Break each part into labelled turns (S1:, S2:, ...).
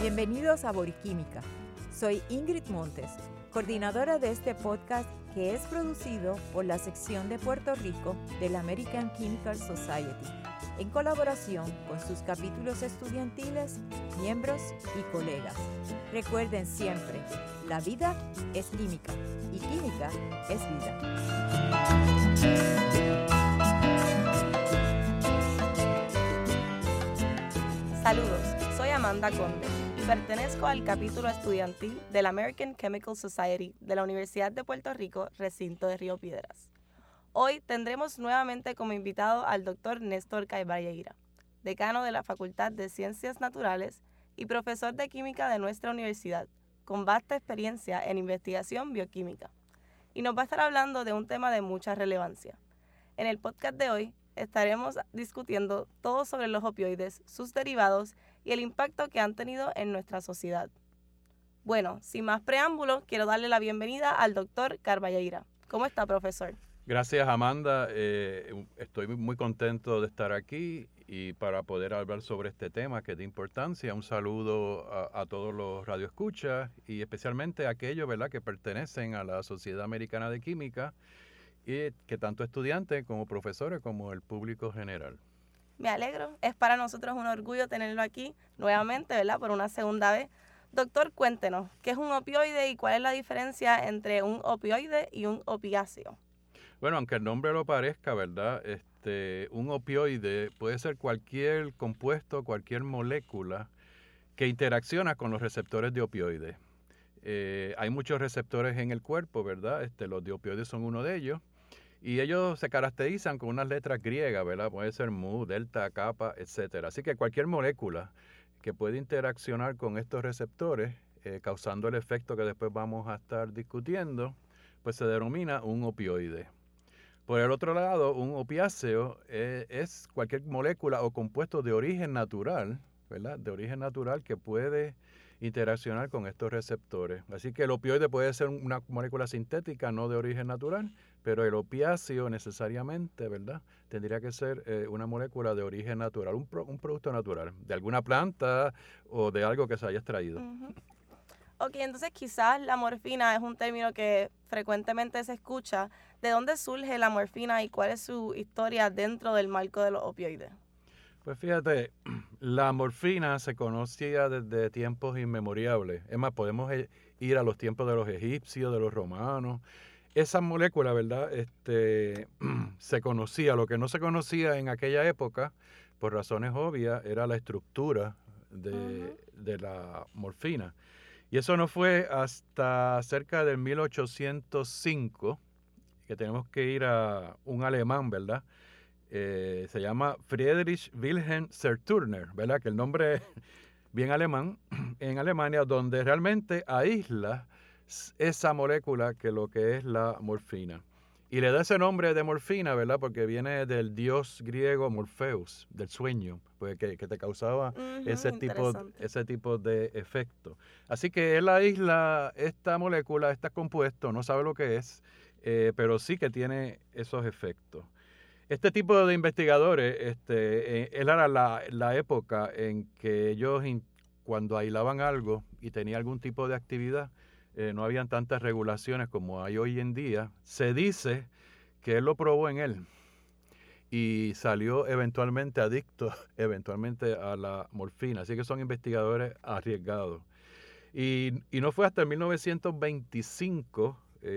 S1: Bienvenidos a Boriquímica. Soy Ingrid Montes, coordinadora de este podcast que es producido por la sección de Puerto Rico de la American Chemical Society, en colaboración con sus capítulos estudiantiles, miembros y colegas. Recuerden siempre, la vida es química y química es vida.
S2: Saludos, soy Amanda Conde y pertenezco al capítulo estudiantil de la American Chemical Society de la Universidad de Puerto Rico, recinto de Río Piedras. Hoy tendremos nuevamente como invitado al Dr. Néstor Carballeira, decano de la Facultad de Ciencias Naturales y profesor de Química de nuestra universidad, con vasta experiencia en investigación bioquímica. Y nos va a estar hablando de un tema de mucha relevancia. En el podcast de hoy estaremos discutiendo todo sobre los opioides, sus derivados y el impacto que han tenido en nuestra sociedad. Bueno, sin más preámbulos, quiero darle la bienvenida al Dr. Carballeira. ¿Cómo está, profesor?
S3: Gracias, Amanda. Estoy muy contento de estar aquí y para poder hablar sobre este tema que es de importancia. Un saludo a todos los radioescuchas y especialmente a aquellos, ¿verdad?, que pertenecen a la Sociedad Americana de Química y que tanto estudiantes como profesores como el público general.
S2: Me alegro. Es para nosotros un orgullo tenerlo aquí nuevamente, ¿verdad?, por una segunda vez. Doctor, cuéntenos, ¿qué es un opioide y cuál es la diferencia entre un opioide y un opiáceo?
S3: Bueno, aunque el nombre lo parezca, ¿verdad? Un opioide puede ser cualquier compuesto, cualquier molécula que interacciona con los receptores de opioides. Hay muchos receptores en el cuerpo, ¿verdad? Los de opioides son uno de ellos. Y ellos se caracterizan con unas letras griegas, ¿verdad? Puede ser mu, delta, kappa, etcétera. Así que cualquier molécula que puede interaccionar con estos receptores, causando el efecto que después vamos a estar discutiendo, pues se denomina un opioide. Por el otro lado, un opiáceo es cualquier molécula o compuesto de origen natural, ¿verdad? De origen natural que puede interaccionar con estos receptores. Así que el opioide puede ser una molécula sintética, no de origen natural, pero el opiáceo necesariamente, ¿verdad?, tendría que ser una molécula de origen natural, un producto natural, de alguna planta o de algo que se haya extraído.
S2: Uh-huh. Ok, entonces quizás la morfina es un término que frecuentemente se escucha. ¿De dónde surge la morfina y cuál es su historia dentro del marco de los opioides?
S3: Pues fíjate, la morfina se conocía desde tiempos inmemoriales. Es más, podemos ir a los tiempos de los egipcios, de los romanos. Esa molécula, ¿verdad?, se conocía. Lo que no se conocía en aquella época, por razones obvias, era la estructura de la morfina. Y eso no fue hasta cerca del 1805, que tenemos que ir a un alemán, ¿verdad? Se llama Friedrich Wilhelm Serturner, ¿verdad? Que el nombre es bien alemán, en Alemania, donde realmente aísla esa molécula que lo que es la morfina. Y le da ese nombre de morfina, ¿verdad? Porque viene del dios griego Morpheus, del sueño, pues que te causaba ese tipo de efecto. Así que él aísla esta molécula, este compuesto, no sabe lo que es, pero sí que tiene esos efectos. Este tipo de investigadores, era la época en que ellos, cuando aislaban algo y tenía algún tipo de actividad, no habían tantas regulaciones como hay hoy en día. Se dice que él lo probó en él y salió eventualmente adicto a la morfina. Así que son investigadores arriesgados. Y no fue hasta el 1925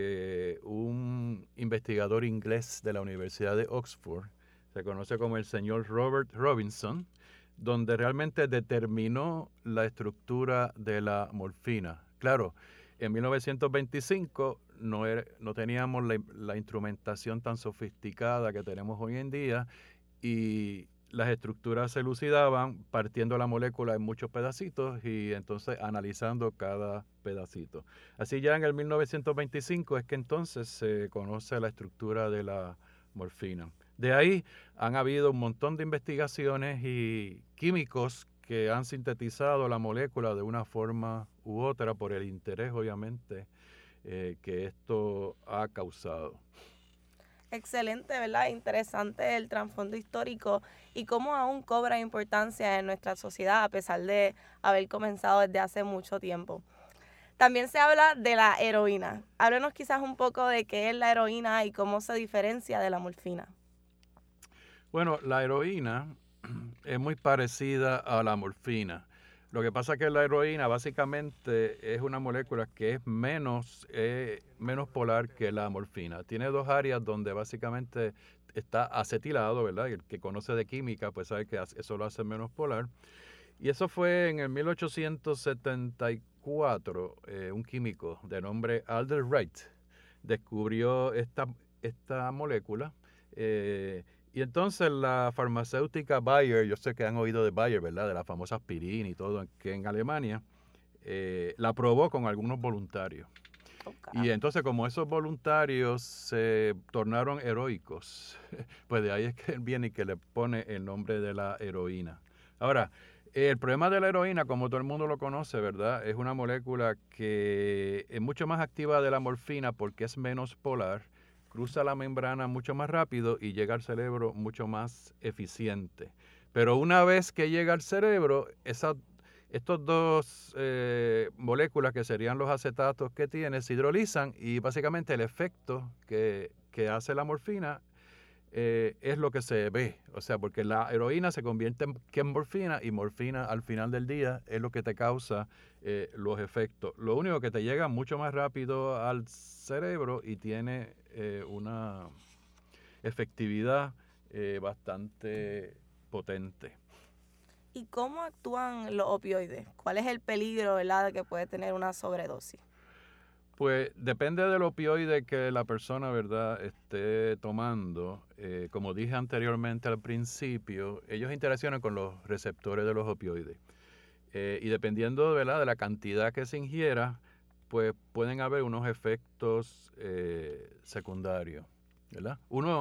S3: un investigador inglés de la Universidad de Oxford, se conoce como el señor Robert Robinson, donde realmente determinó la estructura de la morfina. Claro, en 1925 no teníamos la instrumentación tan sofisticada que tenemos hoy en día y las estructuras se elucidaban partiendo la molécula en muchos pedacitos y entonces analizando cada pedacito. Así ya en el 1925 es que entonces se conoce la estructura de la morfina. De ahí han habido un montón de investigaciones y químicos que han sintetizado la molécula de una forma u otra por el interés, obviamente, que esto ha causado.
S2: Excelente, ¿verdad? Interesante el trasfondo histórico y cómo aún cobra importancia en nuestra sociedad a pesar de haber comenzado desde hace mucho tiempo. También se habla de la heroína. Háblenos quizás un poco de qué es la heroína y cómo se diferencia de la morfina.
S3: Bueno, la heroína es muy parecida a la morfina. Lo que pasa es que la heroína básicamente es una molécula que es menos polar que la morfina. Tiene dos áreas donde básicamente está acetilado, ¿verdad? Y el que conoce de química pues sabe que eso lo hace menos polar. Y eso fue en el 1874, un químico de nombre Alder Wright descubrió esta molécula. Y entonces la farmacéutica Bayer, yo sé que han oído de Bayer, ¿verdad? De la famosa aspirina y todo, que en Alemania la probó con algunos voluntarios. Y entonces como esos voluntarios se tornaron heroicos, pues de ahí es que viene y que le pone el nombre de la heroína. Ahora, el problema de la heroína, como todo el mundo lo conoce, ¿verdad? Es una molécula que es mucho más activa de la morfina porque es menos polar, cruza la membrana mucho más rápido y llega al cerebro mucho más eficiente. Pero una vez que llega al cerebro, estos dos moléculas que serían los acetatos que tiene se hidrolizan y básicamente el efecto que hace la morfina es lo que se ve, o sea, porque la heroína se convierte en morfina y morfina al final del día es lo que te causa los efectos. Lo único que te llega mucho más rápido al cerebro y tiene una efectividad bastante potente.
S2: ¿Y cómo actúan los opioides? ¿Cuál es el peligro, ¿verdad?, de que puede tener una sobredosis?
S3: Pues depende del opioide que la persona, ¿verdad?, esté tomando. Como dije anteriormente al principio, ellos interaccionan con los receptores de los opioides. Y dependiendo, ¿verdad?, de la cantidad que se ingiera, pues pueden haber unos efectos secundarios, ¿verdad?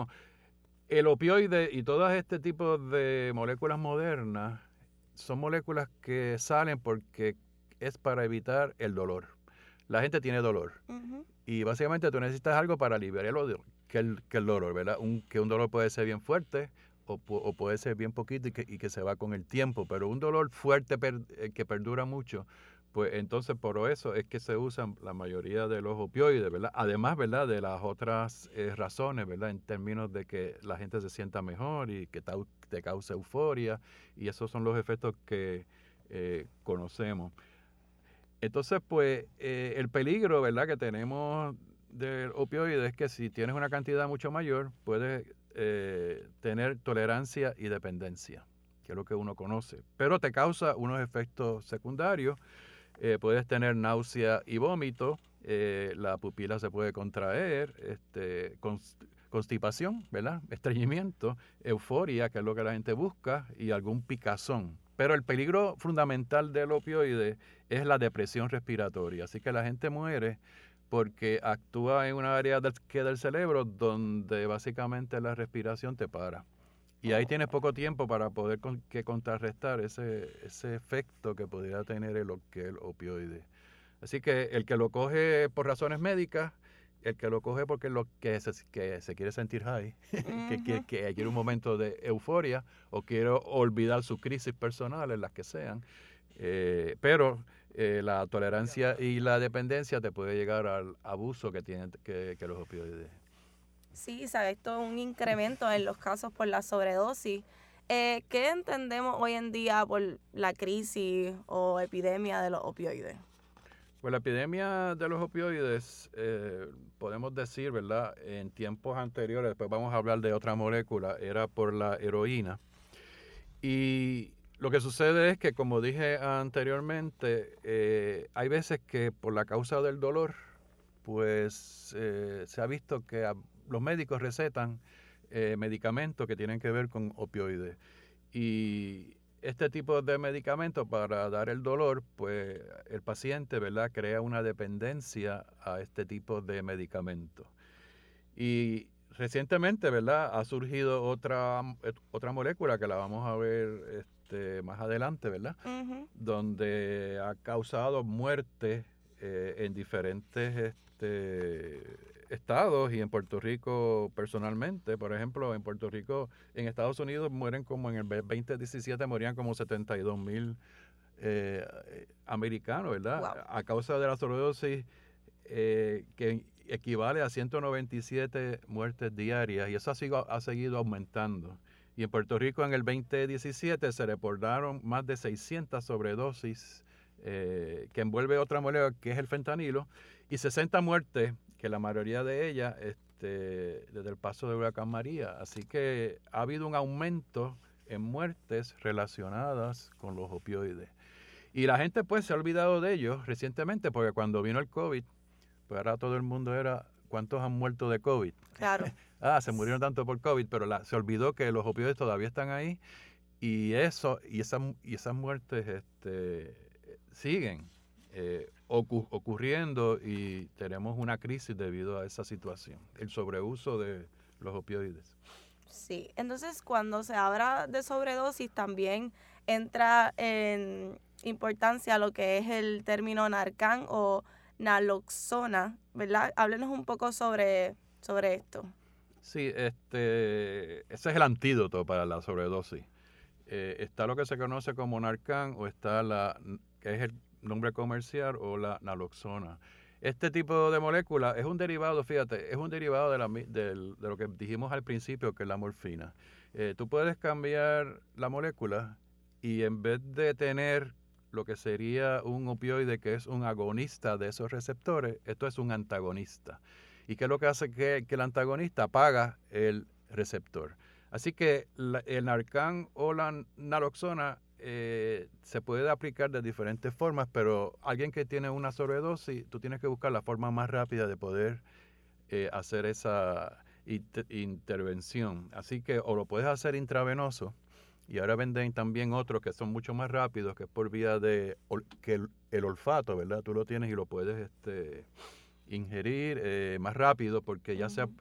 S3: El opioide y todos este tipo de moléculas modernas son moléculas que salen porque es para evitar el dolor. La gente tiene dolor.
S2: Uh-huh.
S3: Y básicamente tú necesitas algo para aliviar el dolor, que el dolor, ¿verdad? Que un dolor puede ser bien fuerte o puede ser bien poquito y que se va con el tiempo. Pero un dolor fuerte que perdura mucho, pues entonces por eso es que se usan la mayoría de los opioides, ¿verdad? Además, ¿verdad?, de las otras razones, ¿verdad?, en términos de que la gente se sienta mejor y que te causa euforia. Y esos son los efectos que conocemos. Entonces, pues, el peligro, ¿verdad?, que tenemos del opioide es que si tienes una cantidad mucho mayor, puedes tener tolerancia y dependencia, que es lo que uno conoce. Pero te causa unos efectos secundarios. Puedes tener náusea y vómito, la pupila se puede contraer, constipación, ¿verdad?, estreñimiento, euforia, que es lo que la gente busca, y algún picazón. Pero el peligro fundamental del opioide es la depresión respiratoria. Así que la gente muere porque actúa en una área del cerebro donde básicamente la respiración te para. Y ahí tienes poco tiempo para poder contrarrestar ese efecto que podría tener el opioide. Así que el que lo coge por razones médicas, el que lo coge porque se quiere sentir high, que quiere un momento de euforia o quiere olvidar sus crisis personales, las que sean. Pero la tolerancia y la dependencia te puede llegar al abuso que tienen que los opioides.
S2: Sí, se ha visto un incremento en los casos por la sobredosis. ¿Qué entendemos hoy en día por la crisis o epidemia de los opioides?
S3: Pues la epidemia de los opioides, podemos decir, ¿verdad?, en tiempos anteriores, después vamos a hablar de otra molécula, era por la heroína. Y lo que sucede es que, como dije anteriormente, hay veces que por la causa del dolor, pues se ha visto que los médicos recetan medicamentos que tienen que ver con opioides. Y este tipo de medicamentos para dar el dolor, pues el paciente, ¿verdad?, crea una dependencia a este tipo de medicamentos. Y recientemente, ¿verdad?, ha surgido otra molécula que la vamos a ver más adelante, ¿verdad?,
S2: Uh-huh.
S3: donde ha causado muerte en diferentes estados y en Puerto Rico personalmente. Por ejemplo, en Puerto Rico, en Estados Unidos mueren como en el 2017 morían como 72,000 americanos, ¿verdad?
S2: Wow.
S3: A causa de la sobredosis, que equivale a 197 muertes diarias, y eso ha seguido aumentando. Y en Puerto Rico en el 2017 se reportaron más de 600 sobredosis que envuelve otra molécula que es el fentanilo, y 60 muertes, que la mayoría de ellas desde el paso del huracán María. Así que ha habido un aumento en muertes relacionadas con los opioides. Y la gente pues se ha olvidado de ellos recientemente, porque cuando vino el COVID, pues ahora todo el mundo era, ¿cuántos han muerto de COVID?
S2: Claro.
S3: Se murieron tanto por COVID, pero se olvidó que los opioides todavía están ahí, y esas muertes siguen ocurriendo, y tenemos una crisis debido a esa situación, el sobreuso de los opioides.
S2: Sí, entonces cuando se habla de sobredosis también entra en importancia lo que es el término Narcan o naloxona, ¿verdad? Háblenos un poco sobre esto.
S3: Sí, ese es el antídoto para la sobredosis. Está lo que se conoce como Narcan, o está que es el nombre comercial, o la naloxona. Este tipo de molécula es un derivado, fíjate, es un derivado de lo que dijimos al principio, que es la morfina. Tú puedes cambiar la molécula, y en vez de tener lo que sería un opioide que es un agonista de esos receptores, esto es un antagonista. ¿Y qué es lo que hace que el antagonista apaga el receptor? Así que el Narcan o la naloxona se puede aplicar de diferentes formas, pero alguien que tiene una sobredosis, tú tienes que buscar la forma más rápida de poder hacer esa intervención. Así que o lo puedes hacer intravenoso, y ahora venden también otros que son mucho más rápidos, que es por vía de que el olfato, ¿verdad? Tú lo tienes y lo puedes ingerir más rápido, porque ya sea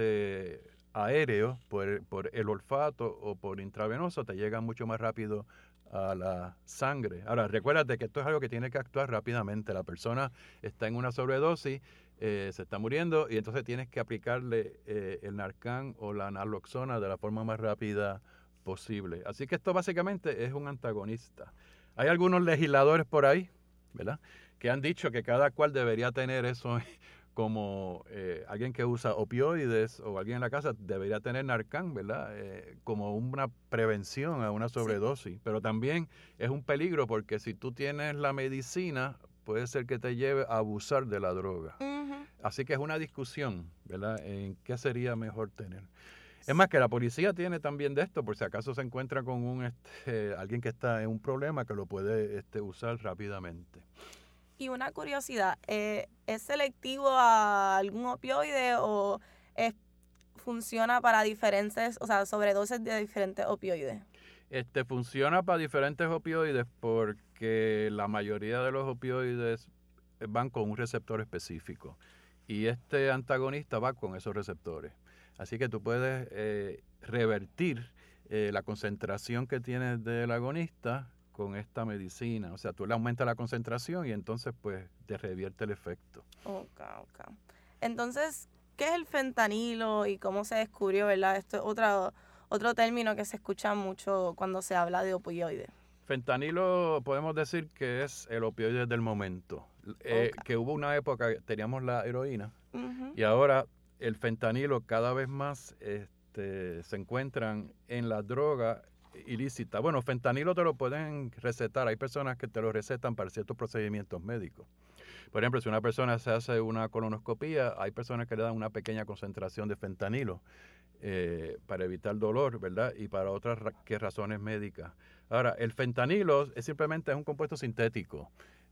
S3: aéreo, por el olfato, o por intravenoso, te llega mucho más rápido a la sangre. Ahora, recuérdate que esto es algo que tiene que actuar rápidamente. La persona está en una sobredosis, se está muriendo, y entonces tienes que aplicarle el Narcan o la naloxona de la forma más rápida posible. Así que esto básicamente es un antagonista. Hay algunos legisladores por ahí, ¿verdad?, que han dicho que cada cual debería tener eso, como alguien que usa opioides o alguien en la casa debería tener Narcan, ¿verdad?, como una prevención a una sobredosis. Sí. Pero también es un peligro, porque si tú tienes la medicina, puede ser que te lleve a abusar de la droga. Uh-huh. Así que es una discusión, ¿verdad?, en qué sería mejor tener. Es más, que la policía tiene también de esto, por si acaso se encuentra con alguien que está en un problema, que lo puede usar rápidamente.
S2: Y una curiosidad, ¿es selectivo a algún opioide o funciona para diferentes, o sea, sobredosis de diferentes opioides?
S3: Funciona para diferentes opioides, porque la mayoría de los opioides van con un receptor específico, y este antagonista va con esos receptores. Así que tú puedes revertir la concentración que tienes del agonista con esta medicina. O sea, tú le aumentas la concentración y entonces pues te revierte el efecto.
S2: Ok. Entonces, ¿qué es el fentanilo y cómo se descubrió, verdad? Esto es otro término que se escucha mucho cuando se habla de opioides.
S3: Fentanilo podemos decir que es el opioide del momento. Que hubo una época que teníamos la heroína, uh-huh, y ahora el fentanilo cada vez más se encuentran en la droga ilícita. Bueno, fentanilo te lo pueden recetar. Hay personas que te lo recetan para ciertos procedimientos médicos. Por ejemplo, si una persona se hace una colonoscopía, hay personas que le dan una pequeña concentración de fentanilo para evitar dolor, ¿verdad? Y para otras razones médicas. Ahora, el fentanilo es simplemente un compuesto sintético.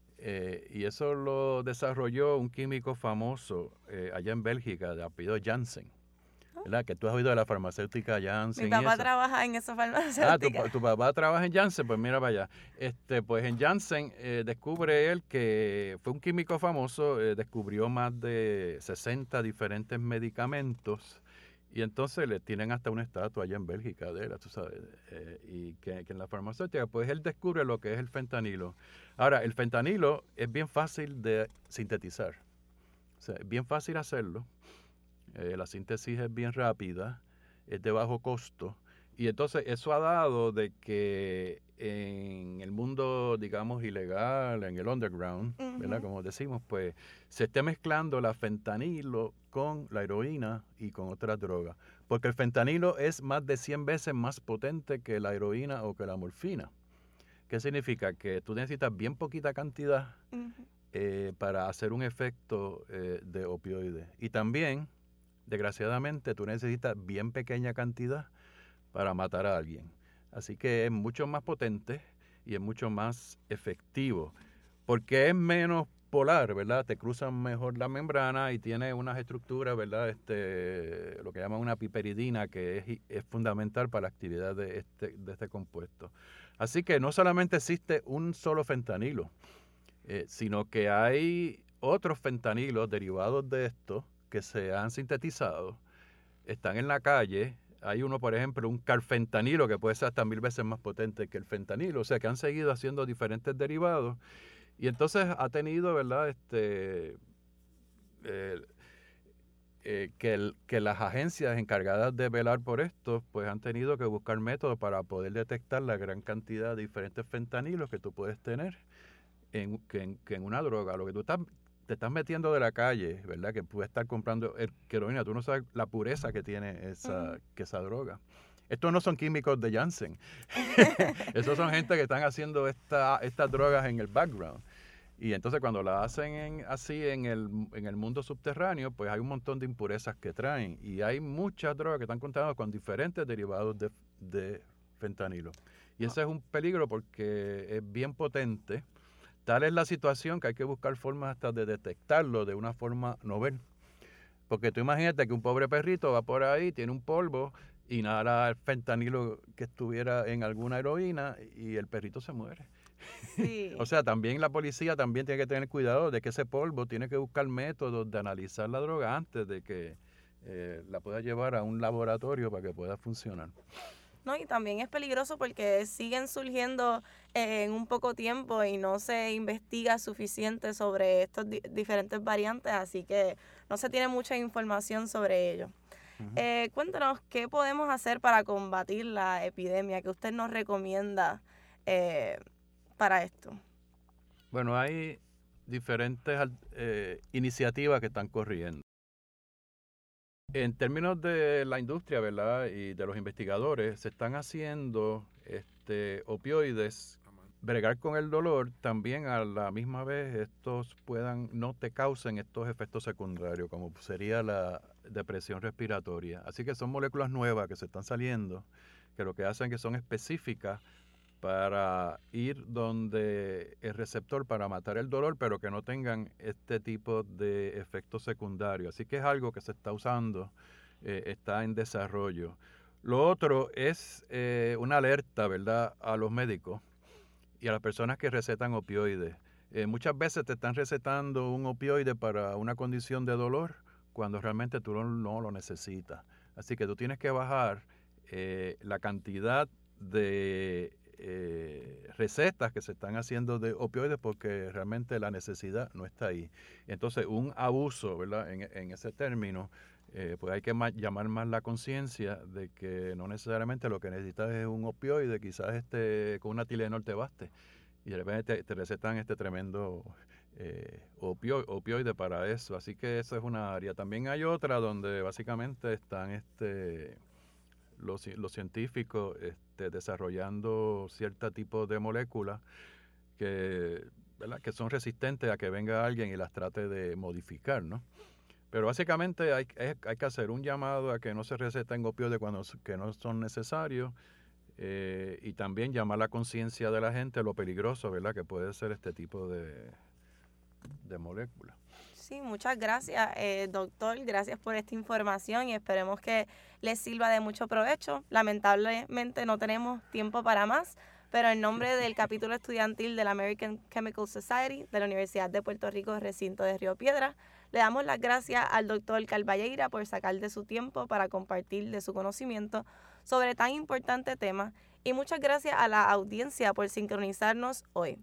S3: Y eso lo desarrolló un químico famoso allá en Bélgica, de apellido Janssen, ¿verdad? Que tú has oído de la farmacéutica Janssen.
S2: Mi papá trabaja en esa farmacéutica.
S3: Tu papá trabaja en Janssen, pues mira para allá. Pues en Janssen descubre él, que fue un químico famoso, descubrió más de 60 diferentes medicamentos, y entonces le tienen hasta una estatua allá en Bélgica de él, tú sabes, y que en la farmacéutica, pues él descubre lo que es el fentanilo. Ahora, el fentanilo es bien fácil de sintetizar, o sea, es bien fácil hacerlo, La síntesis es bien rápida, es de bajo costo. Y entonces eso ha dado de que en el mundo, digamos, ilegal, en el underground, ¿verdad? Como decimos, pues se esté mezclando la fentanilo con la heroína y con otras drogas. Porque el fentanilo es más de 100 veces más potente que la heroína o que la morfina. ¿Qué significa? Que tú necesitas bien poquita cantidad para hacer un efecto de opioide. Y también, desgraciadamente, tú necesitas bien pequeña cantidad para matar a alguien. Así que es mucho más potente y es mucho más efectivo, porque es menos polar, ¿verdad? Te cruzan mejor la membrana y tiene unas estructuras, ¿verdad? Lo que llaman una piperidina, que es fundamental para la actividad de este compuesto. Así que no solamente existe un solo fentanilo, sino que hay otros fentanilos derivados de esto que se han sintetizado, están en la calle. Hay uno, por ejemplo, un carfentanilo, que puede ser hasta 1000 veces más potente que el fentanilo. O sea, que han seguido haciendo diferentes derivados. Y entonces ha tenido, ¿verdad? Que las agencias encargadas de velar por esto, pues han tenido que buscar métodos para poder detectar la gran cantidad de diferentes fentanilos que tú puedes tener en una droga. Lo que tú te estás metiendo de la calle, ¿verdad? Que puedes estar comprando heroína, tú no sabes la pureza que tiene esa droga. Estos no son químicos de Janssen. Esos son gente que están haciendo estas drogas en el background. Y entonces cuando la hacen así en el mundo subterráneo, pues hay un montón de impurezas que traen. Y hay muchas drogas que están contadas con diferentes derivados de fentanilo. Y ese es un peligro porque es bien potente. Tal es la situación que hay que buscar formas hasta de detectarlo de una forma novel. Porque tú imagínate que un pobre perrito va por ahí, tiene un polvo, inhala el fentanilo que estuviera en alguna heroína y el perrito se muere.
S2: Sí.
S3: O sea, también la policía también tiene que tener cuidado de que ese polvo tiene que buscar métodos de analizar la droga antes de que la pueda llevar a un laboratorio para que pueda funcionar.
S2: No, y también es peligroso porque siguen surgiendo en un poco tiempo y no se investiga suficiente sobre estos diferentes variantes, así que no se tiene mucha información sobre ello. Cuéntanos, ¿qué podemos hacer para combatir la epidemia? ¿Qué usted nos recomienda para esto?
S3: Bueno, hay diferentes iniciativas que están corriendo. En términos de la industria, ¿verdad? Y de los investigadores, se están haciendo opioides, bregar con el dolor, también a la misma vez estos no te causen estos efectos secundarios, como sería la depresión respiratoria. Así que son moléculas nuevas que se están saliendo, que lo que hacen que son específicas para ir donde el receptor para matar el dolor, pero que no tengan este tipo de efectos secundarios. Así que es algo que se está usando, está en desarrollo. Lo otro es una alerta, ¿verdad?, a los médicos y a las personas que recetan opioides. Muchas veces te están recetando un opioide para una condición de dolor cuando realmente tú no lo necesitas. Así que tú tienes que bajar la cantidad de recetas que se están haciendo de opioides porque realmente la necesidad no está ahí. Entonces, un abuso, ¿verdad?, en ese término, pues hay que llamar más la conciencia de que no necesariamente lo que necesitas es un opioide, quizás con una Tylenol te baste. Y de repente te recetan este tremendo opioide para eso. Así que eso es una área. También hay otra donde básicamente están los científicos desarrollando cierto tipo de moléculas que son resistentes a que venga alguien y las trate de modificar, ¿no? Pero básicamente hay que hacer un llamado a que no se receten opioides que no son necesarios y también llamar la conciencia de la gente lo peligroso, ¿verdad?, que puede ser este tipo de moléculas.
S2: Sí, muchas gracias, doctor. Gracias por esta información y esperemos que les sirva de mucho provecho. Lamentablemente no tenemos tiempo para más, pero en nombre del capítulo estudiantil de la American Chemical Society de la Universidad de Puerto Rico, recinto de Río Piedras, le damos las gracias al doctor Calvalleira por sacar de su tiempo para compartir de su conocimiento sobre tan importante tema y muchas gracias a la audiencia por sincronizarnos hoy.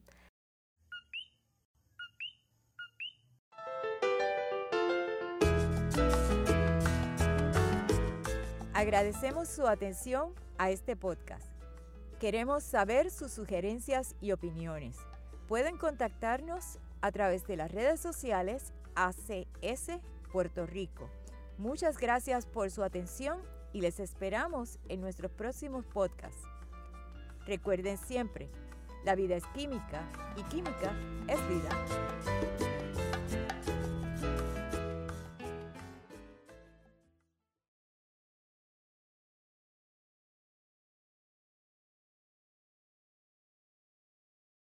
S1: Agradecemos su atención a este podcast. Queremos saber sus sugerencias y opiniones. Pueden contactarnos a través de las redes sociales ACS Puerto Rico. Muchas gracias por su atención y les esperamos en nuestros próximos podcasts. Recuerden siempre, la vida es química y química es vida.